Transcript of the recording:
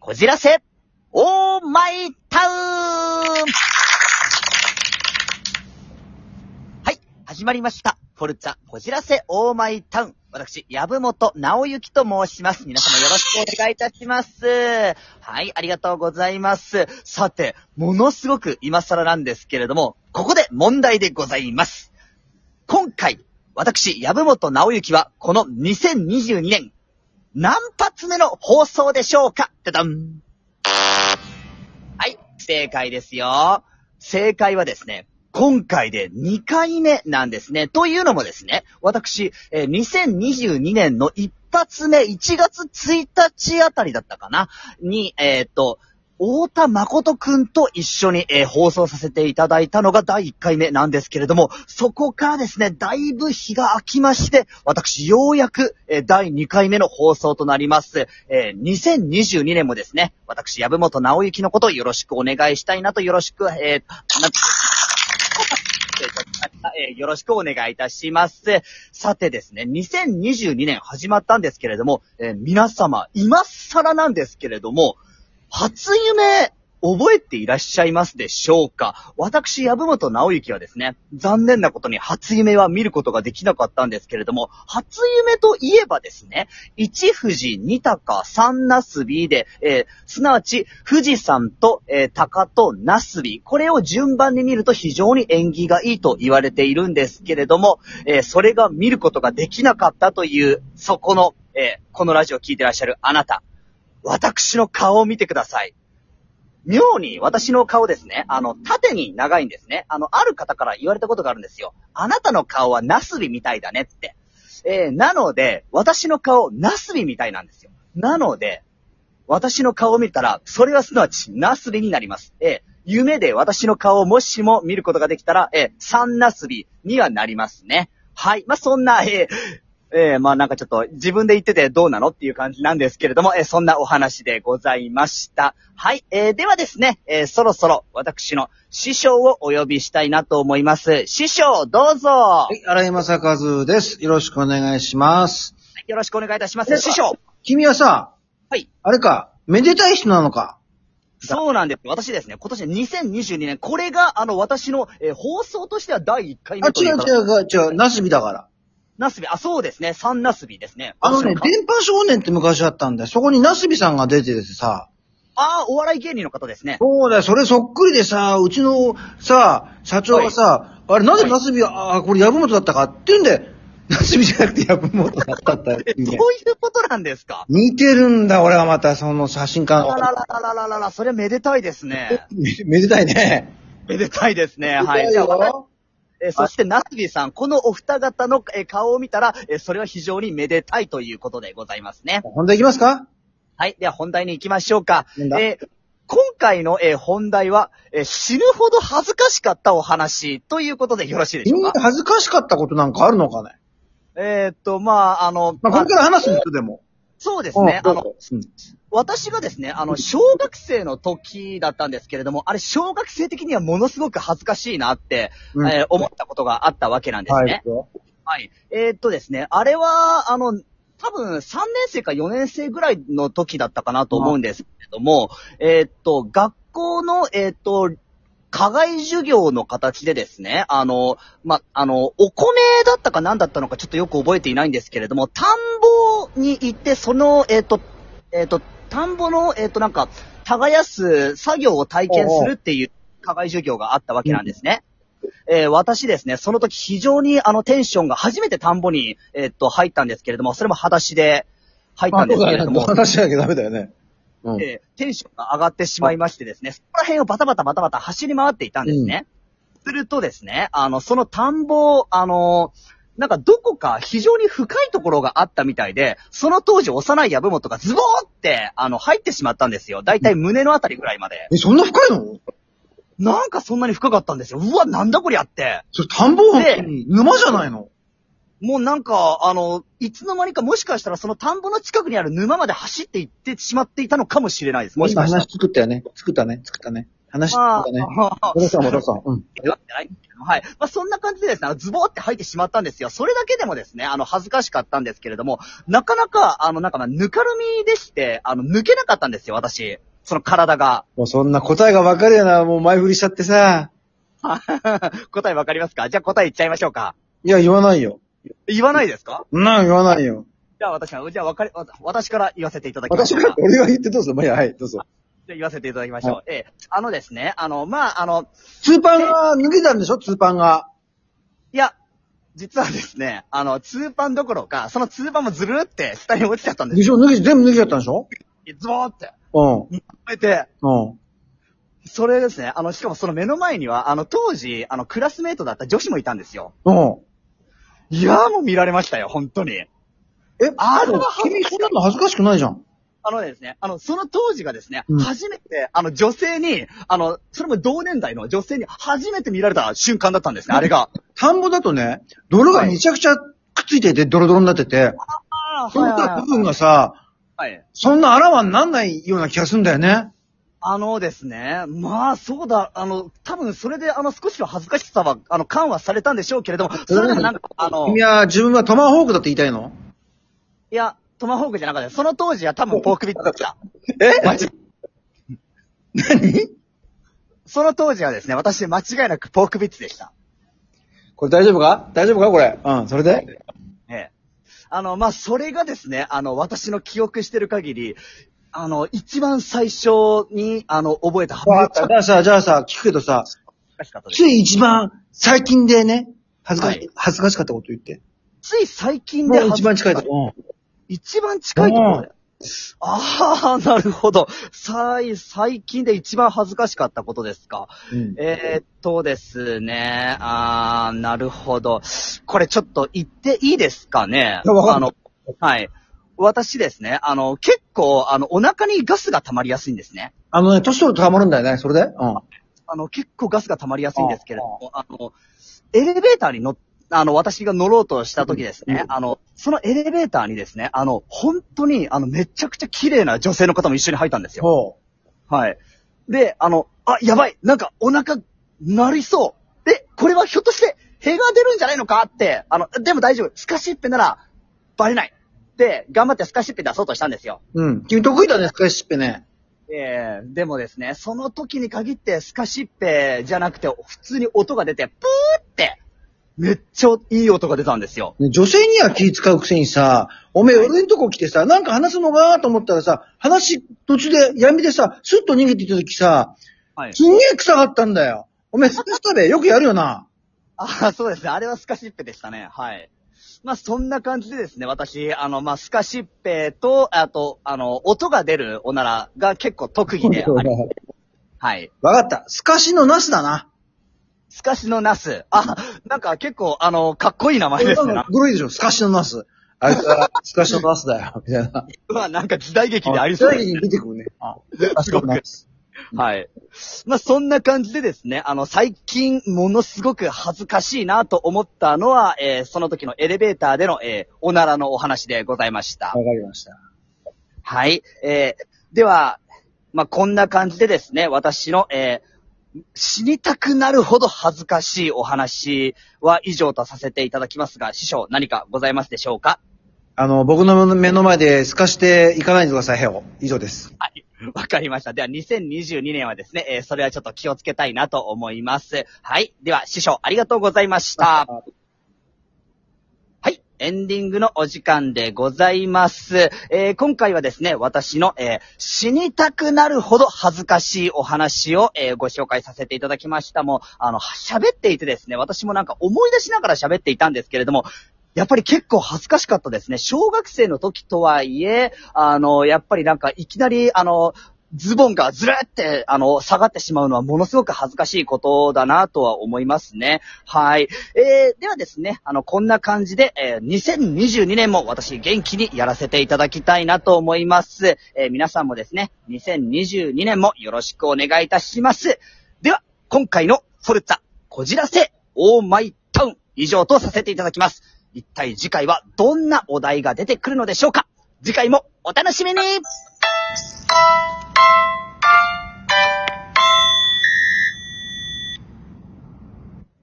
こじらせ、オーマイタウン。はい、始まりました。フォルツァ、こじらせ、オーマイタウン。私、籔本直之と申します。皆様よろしくお願いいたします。はい、ありがとうございます。さて、ものすごく今更なんですけれども、ここで問題でございます。今回、私、籔本直之は、この2022年、何発目の放送でしょうか？てたん。はい、正解ですよ。正解はですね、今回で2回目なんですね。というのもですね、私、2022年の一発目、1月1日あたりだったかなに、太田誠くんと一緒に、放送させていただいたのが第1回目なんですけれども、そこからですね、だいぶ日が空きまして、私ようやく、第2回目の放送となります。2022年もですね、私籔本直之のことをよろしくお願いしたいなと、よろしく、よろしくお願いいたします。さてですね、2022年始まったんですけれども、皆様、今更なんですけれども、初夢、覚えていらっしゃいますでしょうか？私、籔本直之はですね、残念なことに初夢は見ることができなかったんですけれども、初夢といえばですね、一富士、二鷹、三なすびで、すなわち、富士山と、鷹となすび、これを順番に見ると非常に縁起がいいと言われているんですけれども、それが見ることができなかったという、そこの、このラジオを聞いてらっしゃるあなた、私の顔を見てください。妙に私の顔ですね、縦に長いんですね。ある方から言われたことがあるんですよ。あなたの顔はナスビみたいだねって。なので、私の顔、ナスビみたいなんですよ。なので、私の顔を見たら、それはすなわちナスビになります。夢で私の顔をもしも見ることができたら、三ナスビにはなりますね。はい。まあ、そんな、まあなんかちょっと自分で言っててどうなのっていう感じなんですけれども、そんなお話でございました。はい。ではですね、そろそろ私の師匠をお呼びしたいなと思います。師匠、どうぞ。 はい、荒井正和です。よろしくお願いします。 よろしくお願いいたします。師匠。 君はさ、 はい。 あれか、めでたい人なのか？ そうなんです。私ですね、今年2022年、これが私の、放送としては第1回目というか。 違う、なすびだから。 なすび、そうですね。三なすびですね。 電波少年って昔あったんだよ。そこになすびさんが出ててさ。 お笑い芸人の方ですね。 そうだよ、それそっくりでさ、うちのさ、社長がさ、あれなんでなすびは、これ籔本だったかって言うんで、なすびじゃなくて籔本だったんだよ。 どういうことなんですか？ 似てるんだ、俺はまた、その写真家。 ら、それめでたいですね。 めでたいね。 めでたいですね。はい。じゃあ、そして、なすびさん、このお二方の顔を見たら、それは非常にめでたいということでございますね。 本題いきますか？ はい。では本題に行きましょうか。今回の本題は、死ぬほど恥ずかしかったお話ということでよろしいでしょうか？ 恥ずかしかったことなんかあるのかね？ これから話すんですでも。 そうですね。私がですね、小学生の時だったんですけれども、あれ、小学生的にはものすごく恥ずかしいなって、思ったことがあったわけなんですね。はい。ですね、あれは、多分3年生か4年生ぐらいの時だったかなと思うんですけれども、学校の、課外授業の形でですね、お米だったか何だったのかちょっとよく覚えていないんですけれども、田んぼに行って、その、田んぼの、耕す作業を体験するっていう課外授業があったわけなんですね。私ですね、その時非常にテンションが初めて田んぼに、入ったんですけれども、それも裸足で入ったんですけれども。 裸足じゃなきゃダメだよね。 テンションが上がってしまいましてですね、そこら辺をバタバタ走り回っていたんですね。するとですね、その田んぼ、どこか非常に深いところがあったみたいで、その当時幼い籔本がズボーって、入ってしまったんですよ。だいたい胸のあたりぐらいまで。 そんな深いの？ なんかそんなに深かったんですよ。うわ、なんだこりゃって。 それ田んぼ本当に沼じゃないの？ もうなんか、いつの間にかもしかしたらその田んぼの近くにある沼まで走っていってしまっていたのかもしれないです。もしかしたら。 今話作ったね。 話したね。戻さん。うん。 はい。まあ、そんな感じでですね、ズボーって吐いてしまったんですよ。それだけでもですね、恥ずかしかったんですけれども、なかなか、ぬかるみでして、抜けなかったんですよ、私。その体が。 もうそんな答えがわかるよな、もう前振りしちゃってさ。 答えわかりますか？じゃあ答え言っちゃいましょうか。 いや、言わないよ。 言わないですか？ 言わないよ。 じゃあ私から言わせていただきましょうか。 俺が言ってどうぞ。まあ、いや、はい、どうぞ。 じゃあ言わせていただきましょう。ですね、 ツーパンが抜けたんでしょツーパンが。 いや、実はですね、ツーパンどころか、そのツーパンもずるーって下に落ちちゃったんですよ。 全部抜けちゃったんでしょズボーって。 うん。 めて。 うん。 それですね、しかもその目の前には、当時、クラスメイトだった女子もいたんですよ。 うん。 いやーもう見られましたよ、本当に。 君そんなの恥ずかしくないじゃん。 ですね、その当時がですね、 うん初めて、女性に、それも同年代の女性に初めて見られた瞬間だったんですね、あれが。 田んぼだとね、泥がめちゃくちゃくっついてて、ドロドロになってて、その部分がさ、 はい。 そんなあらわになんないような気がするんだよね。 ですね、まあ、そうだ、多分それで、少しは恥ずかしさは、緩和されたんでしょうけれども、それでもなんか、 君は自分はトマホークだって言いたいの？ いや、トマホークじゃなかった。その当時は多分ポークビッツだった。 何？ その当時はですね、私間違いなくポークビッツでした。 これ大丈夫かこれ。うん、それで？ まあ、それがですね、私の記憶してる限り、一番最初に、覚えた。 じゃあさ、聞くけどさ、つい一番最近でね、恥ずかしかったこと言って。 つい最近で一番近いとこ。 一番近いところで。ああ、なるほど。最近で一番恥ずかしかったことですか。 うん、 ですね。なるほど。これちょっと言っていいですかね。はい。私ですね、結構、お腹にガスが溜まりやすいんですね。 年取ると溜まるんだよね、それで？うん。 結構ガスが溜まりやすいんですけれども、エレベーターに私が乗ろうとした時ですね、そのエレベーターにですね、本当に、めちゃくちゃ綺麗な女性の方も一緒に入ったんですよ。はい。で、やばい、なんかお腹、なりそう。で、これはひょっとして、屁が出るんじゃないのかって、でも大丈夫。スカシッペなら、バレない。で、頑張ってスカシッペ出そうとしたんですよ。 うん。君得意だね、スカシッペね。 でもですね、その時に限ってスカシッペじゃなくて、普通に音が出て、プーって、めっちゃいい音が出たんですよ。 女性には気使うくせにさ、おめえ俺んとこ来てさ、なんか話すのかと思ったらさ、話途中で闇でさ、スッと逃げていった時さ、すんげえ臭かったんだよ。おめえスカシッペよくやるよな。 そうですね。あれはスカシッペでしたね。はい。まあ、そんな感じでですね、私、スカシッペと、あと、音が出るおならが結構特技であり、はい。 わかった。スカシのナスだな。 スカシのナス。なんか結構、かっこいい名前ですね。 グロいでしょ、スカシのナス。あいつは、スカシのナスだよ、みたいな。 なんか時代劇でありそうです。 時代劇に出てくるね。 すごく。はい。まあ、そんな感じでですね、最近ものすごく恥ずかしいなと思ったのは、その時のエレベーターでの、おならのお話でございました。 わかりました。 はい。では、まあ、こんな感じでですね、私の、死にたくなるほど恥ずかしいお話は以上とさせていただきますが、師匠何かございますでしょうか？ 僕の目の前で透かしていかないでください、へを。以上です。 はい。わかりました。では、2022年はですね、それはちょっと気をつけたいなと思います。はい。では、師匠、ありがとうございました。はい。エンディングのお時間でございます。今回はですね、私の、死にたくなるほど恥ずかしいお話を、ご紹介させていただきました。もう、喋っていてですね、私もなんか思い出しながら喋っていたんですけれども、やっぱり結構恥ずかしかったですね。小学生の時とはいえ、やっぱりなんかいきなり、ズボンがずるって、下がってしまうのはものすごく恥ずかしいことだなとは思いますね。はい。ではですね、こんな感じで、2022年も私元気にやらせていただきたいなと思います。皆さんもですね、2022年もよろしくお願いいたします。では、今回のフォルツァ、こじらせ、オーマイタウン、以上とさせていただきます。一体次回はどんなお題が出てくるのでしょうか？次回もお楽しみに。